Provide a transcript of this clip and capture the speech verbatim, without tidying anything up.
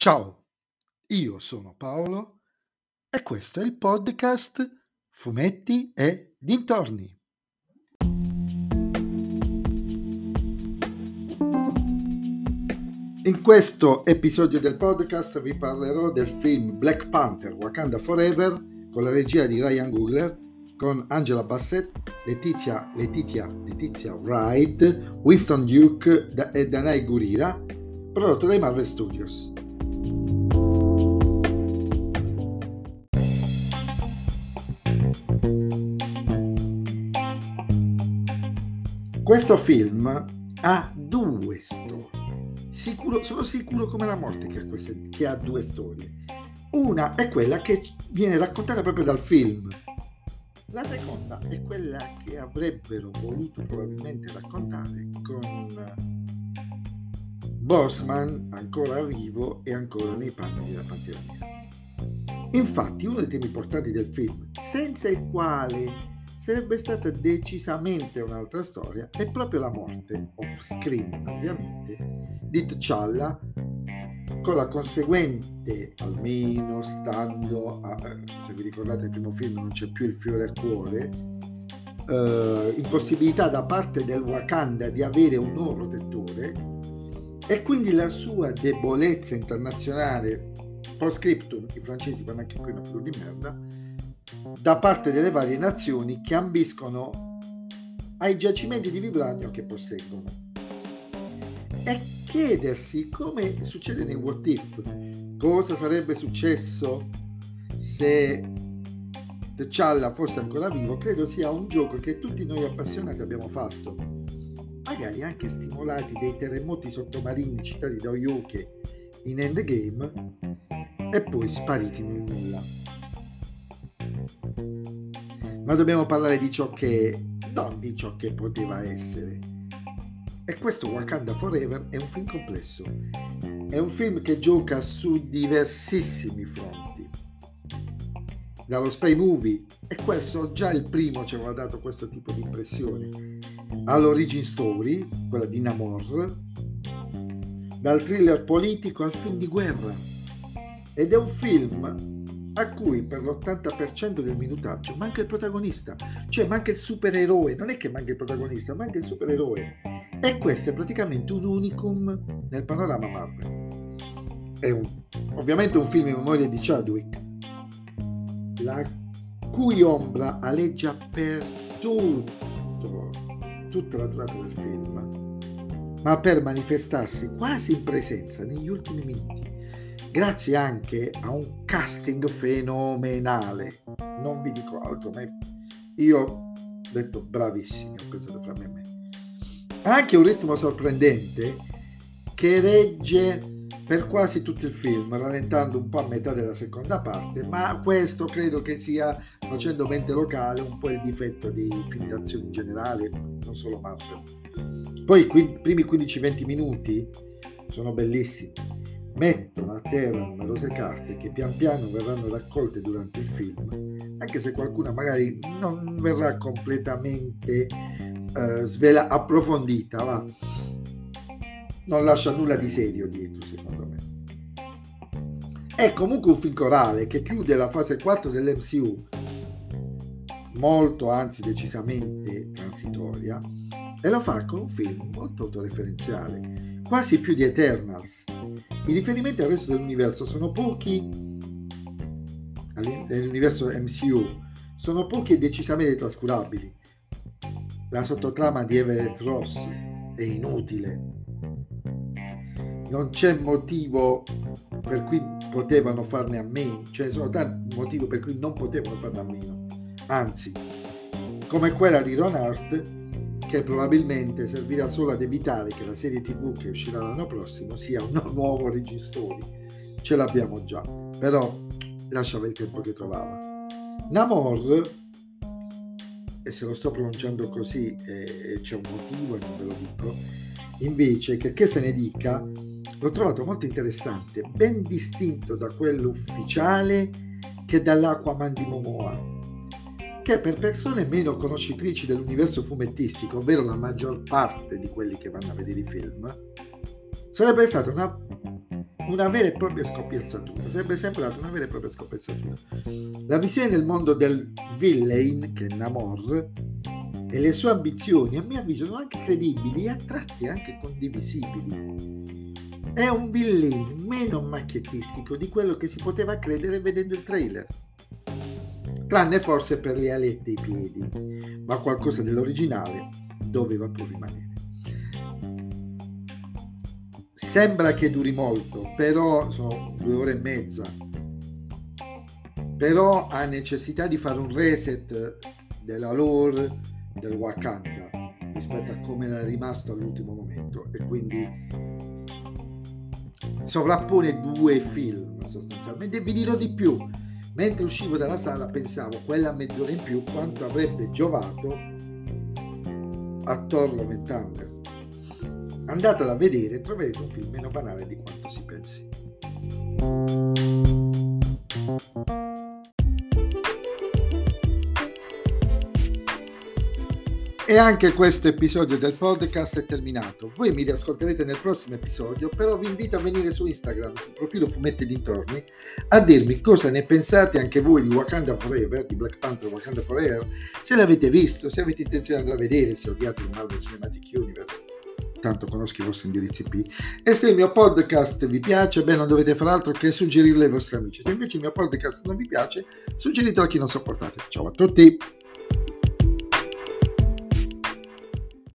Ciao, io sono Paolo e questo è il podcast Fumetti e Dintorni. In questo episodio del podcast vi parlerò del film Black Panther Wakanda Forever con la regia di Ryan Coogler, con Angela Bassett, Letizia, Letizia, Letizia Wright, Winston Duke e Danai Gurira, prodotto dai Marvel Studios. Questo film ha due storie. Sicuro, sono sicuro come la morte che ha, queste, che ha due storie. Una è quella che viene raccontata proprio dal film. La seconda è quella che avrebbero voluto probabilmente raccontare con Boseman ancora vivo e ancora nei panni della Pantera Nera. Infatti, uno dei temi importanti del film, senza il quale sarebbe stata decisamente un'altra storia, è proprio la morte, off screen ovviamente, di T'Challa, con la conseguente, almeno stando a, se vi ricordate il primo film non c'è più il fiore al cuore, eh, impossibilità da parte del Wakanda di avere un nuovo protettore, e quindi la sua debolezza internazionale. Post scriptum, i francesi fanno anche qui una figura di merda, da parte delle varie nazioni che ambiscono ai giacimenti di vibranio che posseggono, e chiedersi, come succede nei What If, cosa sarebbe successo se T'Challa fosse ancora vivo. Credo sia un gioco che tutti noi appassionati abbiamo fatto, magari anche stimolati dai terremoti sottomarini citati da Oyoke in Endgame e poi spariti nel nulla. Ma dobbiamo parlare di ciò che, non di ciò che poteva essere. E questo Wakanda Forever è un film complesso. È un film che gioca su diversissimi fronti. Dallo spy movie, e questo già il primo ci aveva dato questo tipo di impressione, all'origin story, quella di Namor, dal thriller politico al film di guerra. Ed è un film a cui per l'ottanta per cento del minutaggio manca il protagonista, cioè manca il supereroe. Non è che manca il protagonista, manca il supereroe, e questo è praticamente un unicum nel panorama Marvel. È un, ovviamente un film in memoria di Chadwick, la cui ombra aleggia per tutto, tutta la durata del film, ma per manifestarsi quasi in presenza negli ultimi minuti, grazie anche a un casting fenomenale. Non vi dico altro, ma io ho detto bravissimi, ho pensato fra me e me. Ha anche un ritmo sorprendente che regge per quasi tutto il film, rallentando un po' a metà della seconda parte, ma questo credo che sia, facendo mente locale, un po' il difetto di film d'azione in generale, non solo Marvel. Poi i primi quindici venti minuti sono bellissimi. Mettono a terra numerose carte che pian piano verranno raccolte durante il film, anche se qualcuna magari non verrà completamente eh, svela- approfondita, ma non lascia nulla di serio dietro, secondo me. È comunque un film corale che chiude la fase quattro dell'M C U, molto, anzi decisamente transitoria, e lo fa con un film molto autoreferenziale, quasi più di Eternals. I riferimenti al resto dell'universo sono pochi, nell'universo M C U sono pochi e decisamente trascurabili. La sottotrama di Everett Ross è inutile, non c'è motivo per cui potevano farne a meno, cioè sono tanti motivi per cui non potevano farne a meno, anzi, come quella di Ron Hart, che probabilmente servirà solo ad evitare che la serie tv che uscirà l'anno prossimo sia un nuovo origin story. Ce l'abbiamo già, però lasciava il tempo che trovava. Namor, e se lo sto pronunciando così eh, c'è un motivo e non ve lo dico, invece, che, che se ne dica, l'ho trovato molto interessante, ben distinto da quello ufficiale che dall'Aquaman di Momoa, che per persone meno conoscitrici dell'universo fumettistico, ovvero la maggior parte di quelli che vanno a vedere i film, sarebbe stata una una vera e propria scoppiazzatura, sarebbe sembrato una vera e propria scoppiazzatura. La visione del mondo del villain, che è Namor, e le sue ambizioni, a mio avviso, sono anche credibili e a tratti anche condivisibili. È un villain meno macchiettistico di quello che si poteva credere vedendo il trailer, tranne forse per le alette e i piedi, ma qualcosa dell'originale doveva pur rimanere. Sembra che duri molto, però sono due ore e mezza, però ha necessità di fare un reset della lore del Wakanda rispetto a come era rimasto all'ultimo momento, e quindi sovrappone due film sostanzialmente. Vi dirò di più: mentre uscivo dalla sala pensavo, quella mezz'ora in più quanto avrebbe giovato a Thor Love and Thunder. Andatela a vedere e troverete un film meno banale di quanto si pensi. E anche questo episodio del podcast è terminato. Voi mi riascolterete nel prossimo episodio, però vi invito a venire su Instagram, sul profilo Fumetti Dintorni, a dirmi cosa ne pensate anche voi di Wakanda Forever, di Black Panther Wakanda Forever, se l'avete visto, se avete intenzione di andare a vedere, se odiate il Marvel Cinematic Universe. Tanto conosco i vostri indirizzi I P, e se il mio podcast vi piace, beh, non dovete fare altro che suggerirlo ai vostri amici. Se invece il mio podcast non vi piace, suggeritelo a chi non sopportate. Ciao a tutti!